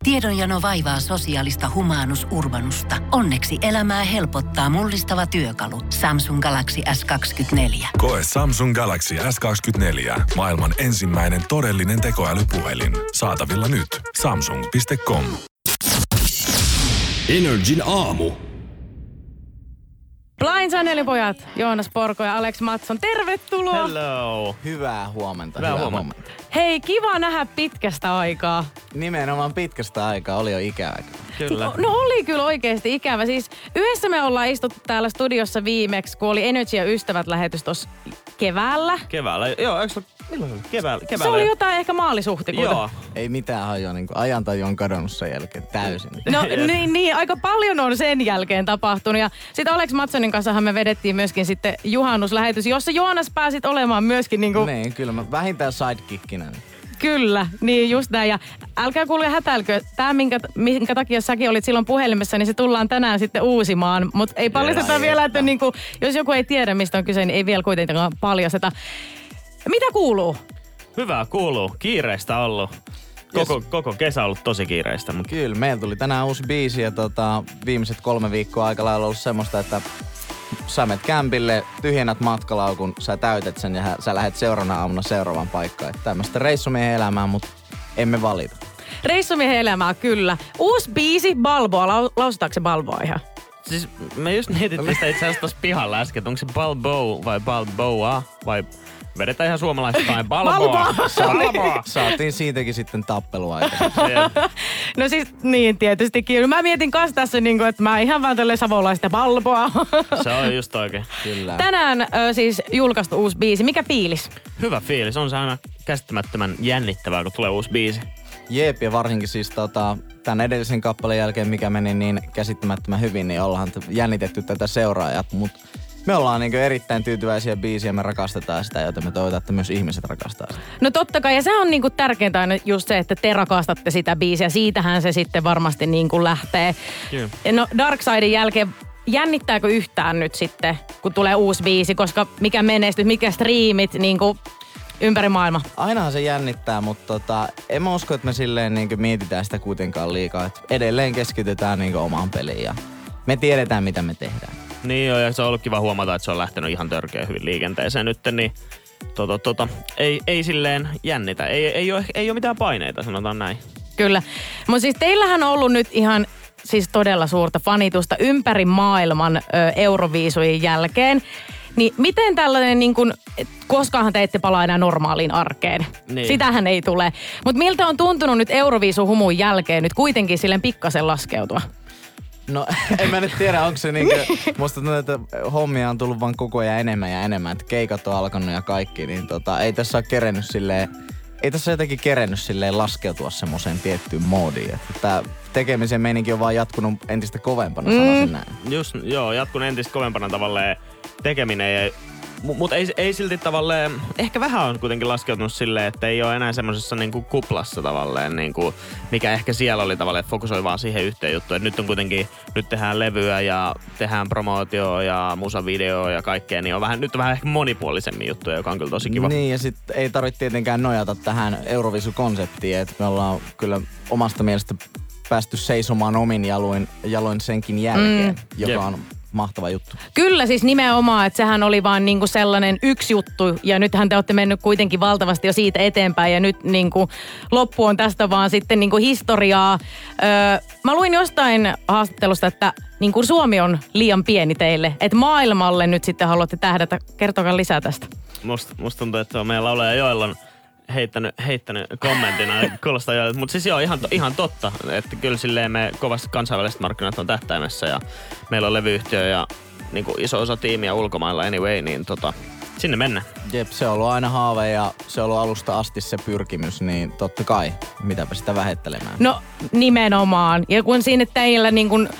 Tiedonjano vaivaa sosiaalista humanus urbanusta. Onneksi elämää helpottaa mullistava työkalu. Samsung Galaxy S24. Koe Samsung Galaxy S24. Maailman ensimmäinen todellinen tekoälypuhelin. Saatavilla nyt. Samsung.com. Energin aamu. Blind Channelin pojat, Joonas Porko ja Alex Mattsson, tervetuloa! Hello! Hyvää huomenta. Hyvää huomenta. Hei, kiva nähdä pitkästä aikaa. Nimenomaan pitkästä aikaa, oli jo ikävä. Kyllä. No oli kyllä oikeasti ikävä. Siis yhdessä me ollaan istuttu täällä studiossa viimeksi, kun oli Energy ja Ystävät -lähetys tuossa keväällä. Keväällä, joo, eikö milloin se oli? Keväällä. Se oli jotain ehkä maalishuhtikuuta. Joo. Ei mitään hajoa, niin ajantaju on kadonnut sen jälkeen täysin. No niin, aika paljon on sen jälkeen tapahtunut. Ja sitten Alex Mattsonin kanssahan me vedettiin myöskin sitten juhannuslähetys, jossa Joonas pääsit olemaan myöskin niinku... Niin, kyllä mä vähintään sidekickinä. Kyllä, niin just näin. Ja älkää kuule hätäilkö, tämä minkä takia säkin olit silloin puhelimessa, niin se tullaan tänään sitten uusimaan. Mutta ei paljasteta vielä, että niinku, jos joku ei tiedä mistä on kyse, niin ei vielä kuitenkaan paljasteta. Mitä kuuluu? Hyvää kuuluu. Kiireistä ollut. Koko kesä on ollut tosi kiireistä. Mutta... Kyllä, meillä tuli tänään uusi biisi ja viimeiset 3 viikkoa aika lailla ollut semmoista, että sä menet kämpille, tyhjennät matkalaukun, sä täytät sen ja sä lähdet seuraavana aamuna seuraavaan paikkaan. Että tämmöistä reissumiehen elämää, mutta emme valita. Reissumiehen elämää, kyllä. Uusi biisi, Balboa. Lausutaanko se Balboa ihan? Siis me just mietittiin sitä itse asiassa tossa pihalla äsken, että onko se Balboa vai Balboa vai... Vedetään ihan suomalaistain. Balboa. Saatiin siitäkin sitten tappelua. No siis niin tietystikin. Mä mietin kanssa tässä, että mä ihan vaan tälleen savolaista Balboa. Se on just oikein. Kyllä. Tänään siis julkaistu uusi biisi. Mikä fiilis? Hyvä fiilis. On se aina käsittämättömän jännittävää, kun tulee uusi biisi. Jep, ja varsinkin siis tämän edellisen kappaleen jälkeen, mikä meni niin käsittämättömän hyvin, niin ollaan jännitetty tätä seuraajat, mutta me ollaan erittäin tyytyväisiä biisiä, me rakastetaan sitä, joten me toivotaan, että myös ihmiset rakastaa sitä. No totta kai, ja se on tärkeintä aina just se, että te rakastatte sitä biisiä. Siitähän se sitten varmasti lähtee. Kyllä. No Darkseidin jälkeen jännittääkö yhtään nyt sitten, kun tulee uusi biisi, koska mikä menestys, mikä striimit, ympäri maailma? Ainahan se jännittää, mutta en mä usko, että me silleen mietitään sitä kuitenkaan liikaa. Että edelleen keskitytään omaan peliin ja me tiedetään, mitä me tehdään. Niin joo, ja se on ollut kiva huomata, että se on lähtenyt ihan törkeä hyvin liikenteeseen nyt, niin ei silleen jännitä. Ei ole mitään paineita, sanotaan näin. Kyllä. Mutta siis teillähän on ollut nyt ihan siis todella suurta fanitusta ympäri maailman Euroviisujen jälkeen. Niin miten tällainen, koskaanhan te ette palaa enää normaaliin arkeen? Niin. Sitähän ei tule. Mutta miltä on tuntunut nyt Euroviisuhumun jälkeen nyt kuitenkin silleen pikkasen laskeutua? No en mä nyt tiedä, onko se musta tuntuu, että hommia on tullut vaan koko ajan enemmän ja enemmän, että keikat on alkanut ja kaikki, niin ei tässä ole kerennyt silleen, ei tässä jotenkin kerennyt silleen laskeutua semmoiseen tiettyyn moodiin, että tää tekemisen meininki on vaan jatkunut entistä kovempana, sanoisin näin. Just, joo, jatkunut entistä kovempana tavalleen tekeminen, mutta ei silti tavalleen, ehkä vähän on kuitenkin laskeutunut silleen, että ei ole enää semmosessa kuplassa tavalleen, mikä ehkä siellä oli tavalleen, että fokusoi vaan siihen yhteen juttuun. Et nyt on kuitenkin, nyt tehdään levyä ja tehdään promootioa ja musavideoa ja kaikkea, niin nyt on vähän ehkä monipuolisemmin juttuja, joka on kyllä tosi kiva. Niin, ja sitten ei tarvitse tietenkään nojata tähän Eurovisu-konseptiin, että me ollaan kyllä omasta mielestä päästy seisomaan omin jaloin senkin jälkeen, joka on mahtava juttu. Kyllä siis nimenomaan, että sehän oli vaan sellainen yksi juttu ja nythän te olette mennyt kuitenkin valtavasti jo siitä eteenpäin ja nyt loppu on tästä vaan sitten historiaa. Mä luin jostain haastattelusta, että Suomi on liian pieni teille, että maailmalle nyt sitten haluatte tähdätä. Kertokaa lisää tästä. Musta tuntuu, että meidän laulaja Joel on heittänyt kommentina, kuulostaa jo, mutta siis joo, ihan totta, että kyllä silleen me kovasti kansainväliset markkinat on tähtäimessä ja meillä on levyyhtiö ja iso osa tiimiä ulkomailla anyway, niin sinne mennään. Jep, se on ollut aina haave ja se on ollut alusta asti se pyrkimys, niin totta kai, mitäpä sitä vähettelemään. No nimenomaan, ja kun siinä teillä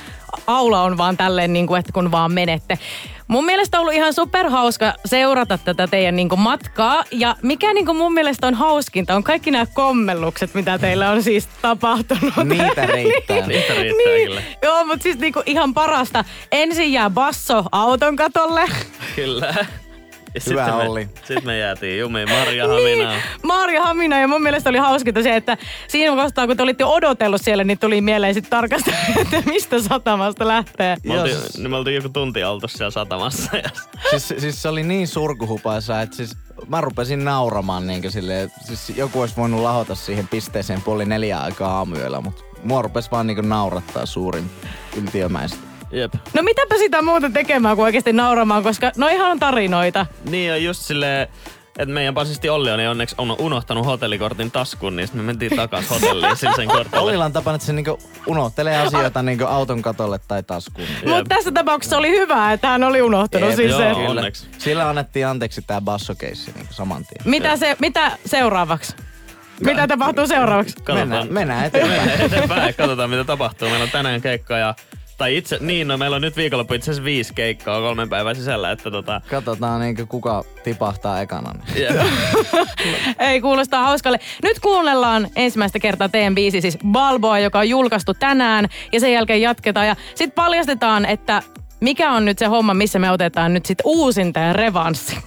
aula on vaan tälleen, että kun vaan menette. Mun mielestä on ollut ihan superhauska seurata tätä teidän matkaa. Ja mikä mun mielestä on hauskinta, on kaikki nämä kommellukset, mitä teillä on siis tapahtunut. Niitä riittää. Niitä riittää kyllä. Joo, mutta siis ihan parasta. Ensin jää basso auton katolle. Kyllä. Hyvä Olli. Sitten me jäätiin jumiin Marjahaminaan. Niin, Marjahamina, ja mun mielestä oli hauskinta se, että siinä kohtaa, kun te olitte odotellut siellä, niin tuli mieleen sitten tarkasti, että mistä satamasta lähtee. Me oltiin joku tunti oltu siellä satamassa. Siis se oli niin surkuhupaisa, että siis mä rupesin nauramaan niinkö silleen, siis joku olisi voinut lahota siihen pisteeseen 3:30 aikaa aamuyöllä, mutta mua rupesi vaan niinkö naurattaa suurin yltiömäistä. Jep. No mitäpä sitä muuta tekemään kuin oikeasti nauramaan, koska no ihan tarinoita. Niin ja just silleen, että meidän basisti Olli onneksi on unohtanut hotellikortin taskuun, niin sitten me mentiin takas hotelliin sen kortille. Ollilla on tapana, että se niinku unohtelee asioita niinku auton katolle tai taskuun. Mutta tässä tapauksessa oli hyvä, että hän oli unohtanut siis joo, sen. onneksi. Sillä annettiin anteeksi tää bassokeissi niinku saman tien. Mitä seuraavaksi? Mitä tapahtuu seuraavaksi? Mennään eteenpäin. Eteenpäin, katsotaan mitä tapahtuu. Meillä on tänään keikka ja... Tai itse, niin no meillä on nyt viikonloppu itse asiassa 5 keikkaa 3 päivän sisällä, että Katsotaan niinkö kuka tipahtaa ekana. Yeah. Ei, kuulostaa hauskalle. Nyt kuunnellaan ensimmäistä kertaa teidän biisi, siis Balboa, joka on julkaistu tänään. Ja sen jälkeen jatketaan ja sitten paljastetaan, että mikä on nyt se homma, missä me otetaan nyt sitten uusinta ja revanssi.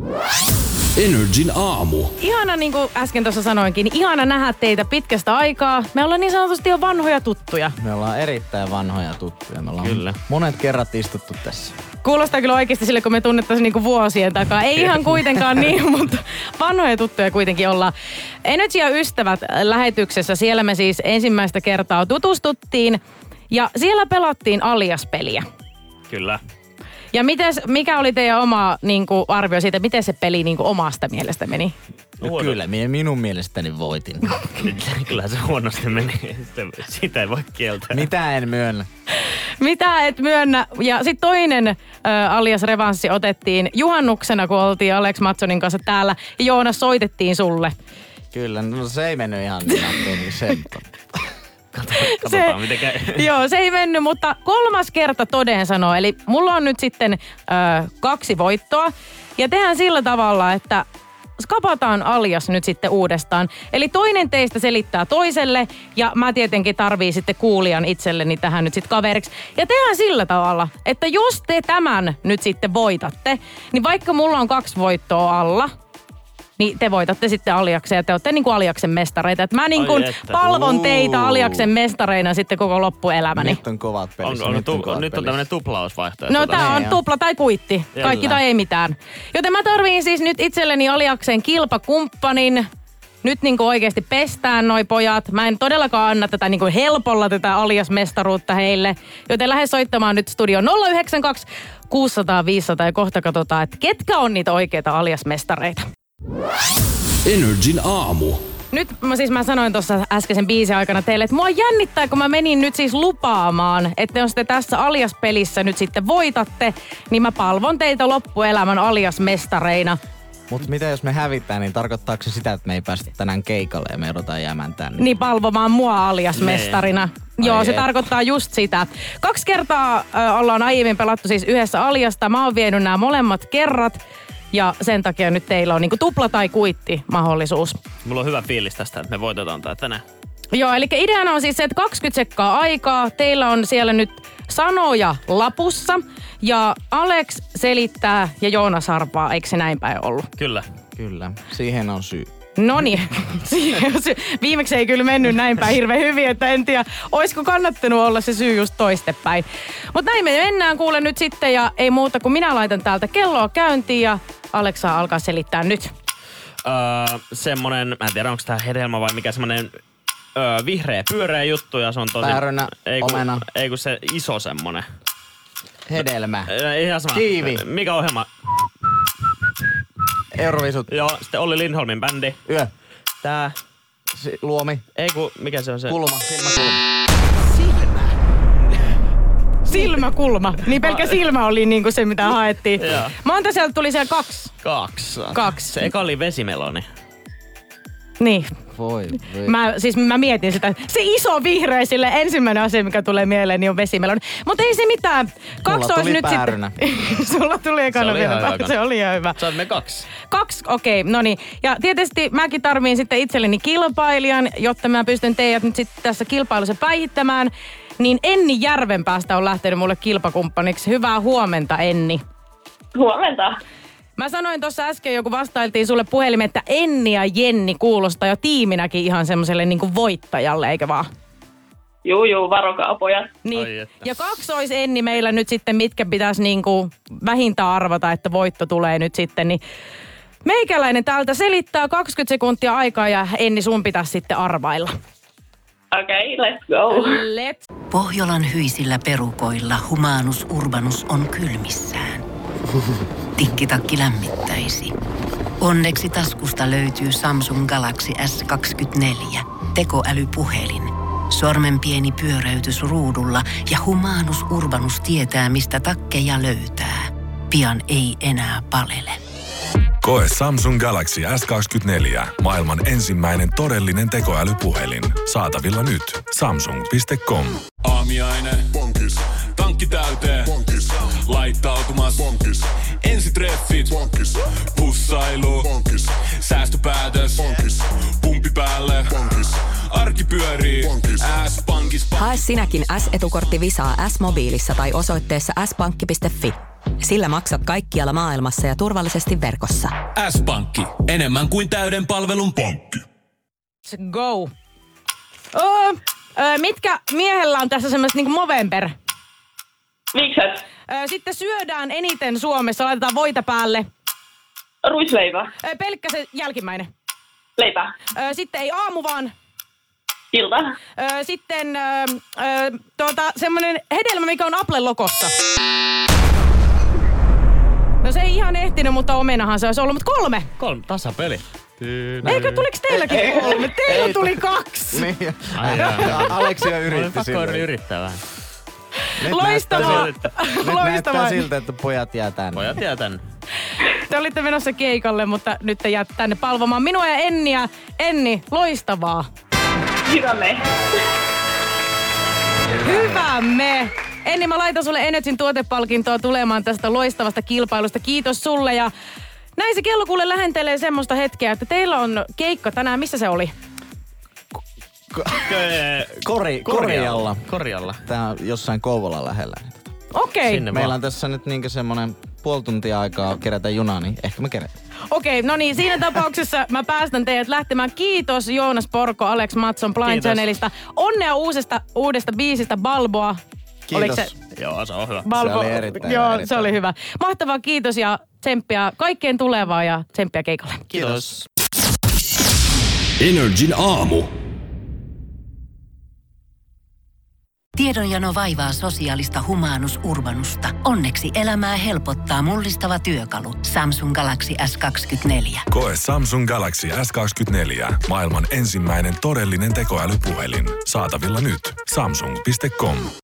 Energin aamu. Ihana, niin kuin äsken tuossa sanoinkin, niin ihana nähdä teitä pitkästä aikaa. Me ollaan niin sanotusti jo vanhoja tuttuja. Me ollaan erittäin vanhoja tuttuja. Me ollaan Kyllä. Monet kerrat istuttu tässä. Kuulostaa kyllä oikeasti sille, kun me tunnettaisiin niinku vuosien takaa. Ei ihan kuitenkaan niin, mutta vanhoja tuttuja kuitenkin ollaan. Energy ja ystävät lähetyksessä, siellä me siis ensimmäistä kertaa tutustuttiin. Ja siellä pelattiin Alias-peliä. Kyllä. Ja mikä oli teidän oma niinku, arvio siitä, miten se peli niinku, omasta mielestä meni? No kyllä, minun mielestäni voitin. Kyllä se huonosti meni. Sitä ei voi kieltää. Mitä en myönnä? Mitä et myönnä? Ja sitten toinen Alias-revanssi otettiin juhannuksena, kun oltiin Alex Matsonin kanssa täällä. Ja Joonas, soitettiin sulle. Kyllä, no se ei mennyt ihan niin sen. Katsotaan, miten käy. Joo, se ei mennyt, mutta 3. kerta toden sanoo. Eli mulla on nyt sitten 2 voittoa. Ja tehdään sillä tavalla, että skapataan Alias nyt sitten uudestaan. Eli toinen teistä selittää toiselle ja mä tietenkin tarvii sitten kuulijan itselleni tähän nyt sitten kaveriksi. Ja tehdään sillä tavalla, että jos te tämän nyt sitten voitatte, niin vaikka mulla on 2 voittoa alla, niin te voitatte sitten Aliaksen ja te olette niin kuin Aliaksen mestareita. Et mä niin kuin palvon teitä Aliaksen mestareina sitten koko loppuelämäni. Nyt on kovat pelissä. Nyt on tämmönen tuplausvaihtoehto. No tää on tupla tai kuitti. Kaikki tai ei mitään. Joten mä tarviin siis nyt itselleni Aliaksen kilpakumppanin. Nyt niin kuin oikeasti pestään noi pojat. Mä en todellakaan anna tätä niin kuin helpolla tätä Alias-mestaruutta heille. Joten lähde soittamaan nyt studio 092 600 500 ja kohta katsotaan, että ketkä on niitä oikeita Alias-mestareita. Energin aamu. Nyt mä sanoin tuossa äskeisen biisin aikana teille, että mua jännittää, kun mä menin nyt siis lupaamaan, että jos te tässä Alias-pelissä nyt sitten voitatte, niin mä palvon teitä loppuelämän Alias-mestareina. Mutta mitä jos me hävitään, niin tarkoittaako se sitä, että me ei päästä tänään keikalle ja me joudutaan jäämään tänne? Niin palvomaan mua Alias-mestarina. Joo, se tarkoittaa just sitä. 2 kertaa ollaan aiemmin pelattu siis yhdessä Aliasta. Mä oon vienyt nämä molemmat kerrat. Ja sen takia nyt teillä on niinku tupla tai kuitti mahdollisuus. Mulla on hyvä fiilis tästä, että me voitetaan tää tänään. Joo, eli ideana on siis se, että 20 sekkaa aikaa. Teillä on siellä nyt sanoja lapussa. Ja Alex selittää ja Joonas arpaa, eikö se näin päin ollut? Kyllä. Kyllä, siihen on syy. Noniin. Viimeksi ei kyllä mennyt näin päin hirveän hyvin, että en tiedä, olisiko kannattanut olla se syy just toistepäin. Mutta näin me mennään kuule nyt sitten ja ei muuta kuin minä laitan täältä kelloa käyntiin ja Aleksa alkaa selittää nyt. Semmonen, mä en tiedä onko tää hedelmä vai mikä semmonen vihreä pyöreä juttu ja se on tosi... Päärynä, omena. Ei kun se iso semmonen. Hedelmä. Ihan sama. Kiivi. Mikä ohjelma? Eurovisut. Joo, sitten Olli Lindholmin bändi. Yö. Tää. Luomi. Ei kun, mikä se on se? Kulma. Silmäkulma. Silmäkulma. Niin pelkkä silmä oli niinku se, mitä haettiin. Monta sieltä tuli siellä 2? 2. Se eka oli vesimeloni. Niin. Voi. Mä mietin sitä. Se iso vihreä sille ensimmäinen asia, mikä tulee mieleen, niin on vesimeloni. Mutta ei se mitään. 2 olisi nyt päärynä. Sitten. Sulla tuli ekana vielä. Se oli ihan hyvä. Saimme 2. 2, okei. No niin. Ja tietysti mäkin tarviin sitten itselleni kilpailijan, jotta mä pystyn teidät nyt sitten tässä kilpailussa päihittämään. Niin Enni Järvenpäästä on lähtenyt mulle kilpakumppaniksi. Hyvää huomenta, Enni. Huomenta. Mä sanoin tuossa äsken, joku vastailtiin sulle puhelimeen, että Enni ja Jenni kuulostaa jo tiiminäkin ihan semmoiselle niinku voittajalle, eikö vaan? Juu, varokaa pojat. Niin. Ja kaksois Enni meillä nyt sitten, mitkä pitäisi niinku vähintään arvata, että voitto tulee nyt sitten, niin meikäläinen täältä selittää 20 sekuntia aikaa ja Enni sun pitäisi sitten arvailla. Okei, let's go. Pohjolan hyisillä perukoilla Humanus Urbanus on kylmissään. Tikkitakki lämmittäisi. Onneksi taskusta löytyy Samsung Galaxy S24. Tekoälypuhelin. Sormen pieni pyöräytys ruudulla ja Humanus Urbanus tietää, mistä takkeja löytää. Pian ei enää palele. Koe Samsung Galaxy S24. Maailman ensimmäinen todellinen tekoälypuhelin. Saatavilla nyt. Samsung.com. Aamiaine. Bonkis. Tankki täyteen. Bonkis. Laittautumas. Bonkis. Ensitreffit. Bonkis. Pussailu. Bonkis. Säästöpäätös. Bonkis. Pumpi päälle. Bonkis. Arki pyörii. Bonkis. S-pankis. Hae sinäkin S-etukortti Visaa S-mobiilissa tai osoitteessa s-pankki.fi. Sillä maksat kaikkialla maailmassa ja turvallisesti verkossa. S-pankki. Enemmän kuin täyden palvelun pankki. Let's go. Mitkä miehellä on tässä semmoista niinku Movember? Mikset? Sitten syödään eniten Suomessa, laitetaan voita päälle. Ruisleipä. Pelkkä se jälkimmäinen. Leipä. Sitten ei aamu vaan. Ilta. Sitten semmonen hedelmä, mikä on Applen logossa. No se ei ihan ehtinyt, mutta omenahan se olisi ollut, mutta 3. 3 tasapeli. Eikö tuliko teilläkin 3? Teillä tuli 2. Niin. Aleksia yritti silleen. Yrittää vähän. Loistavaa. Nyt näyttää siltä, että pojat jää tänne. Pojat jää tänne. Te olitte menossa keikalle, mutta nyt te jäätte tänne palvomaan minua ja Enniä. Enni, loistavaa. Hyvä me. Hyvä me. Enni, mä laitan sulle Energyn tuotepalkintoa tulemaan tästä loistavasta kilpailusta. Kiitos sulle ja näin se kello kuule lähentelee semmoista hetkeä, että teillä on keikka tänään. Missä se oli? Korjalla. Korjalla. Tää on jossain Kouvolan lähellä. Okei. Meillä on tässä nyt niinkö semmonen puoli tuntia aikaa kerätä junaa, niin ehkä me kerätään. Okei, no niin, siinä tapauksessa mä päästän teidät lähtemään. Kiitos Joonas Porko, Alex Matson Blind Channelista. Onnea uudesta biisistä Balboa. Kiitos. Se? Joo, se on hyvä. Se oli erittäin Joo, erittäin. se oli hyvä. Mahtavaa, kiitos ja tsemppiä kaikkeen tulevaa ja tsemppiä keikalle. Kiitos. Energin aamu. Tiedonjano vaivaa sosiaalista Humanus Urbanusta. Onneksi elämää helpottaa mullistava työkalu. Samsung Galaxy S24. Koe Samsung Galaxy S24. Maailman ensimmäinen todellinen tekoälypuhelin. Saatavilla nyt. Samsung.com.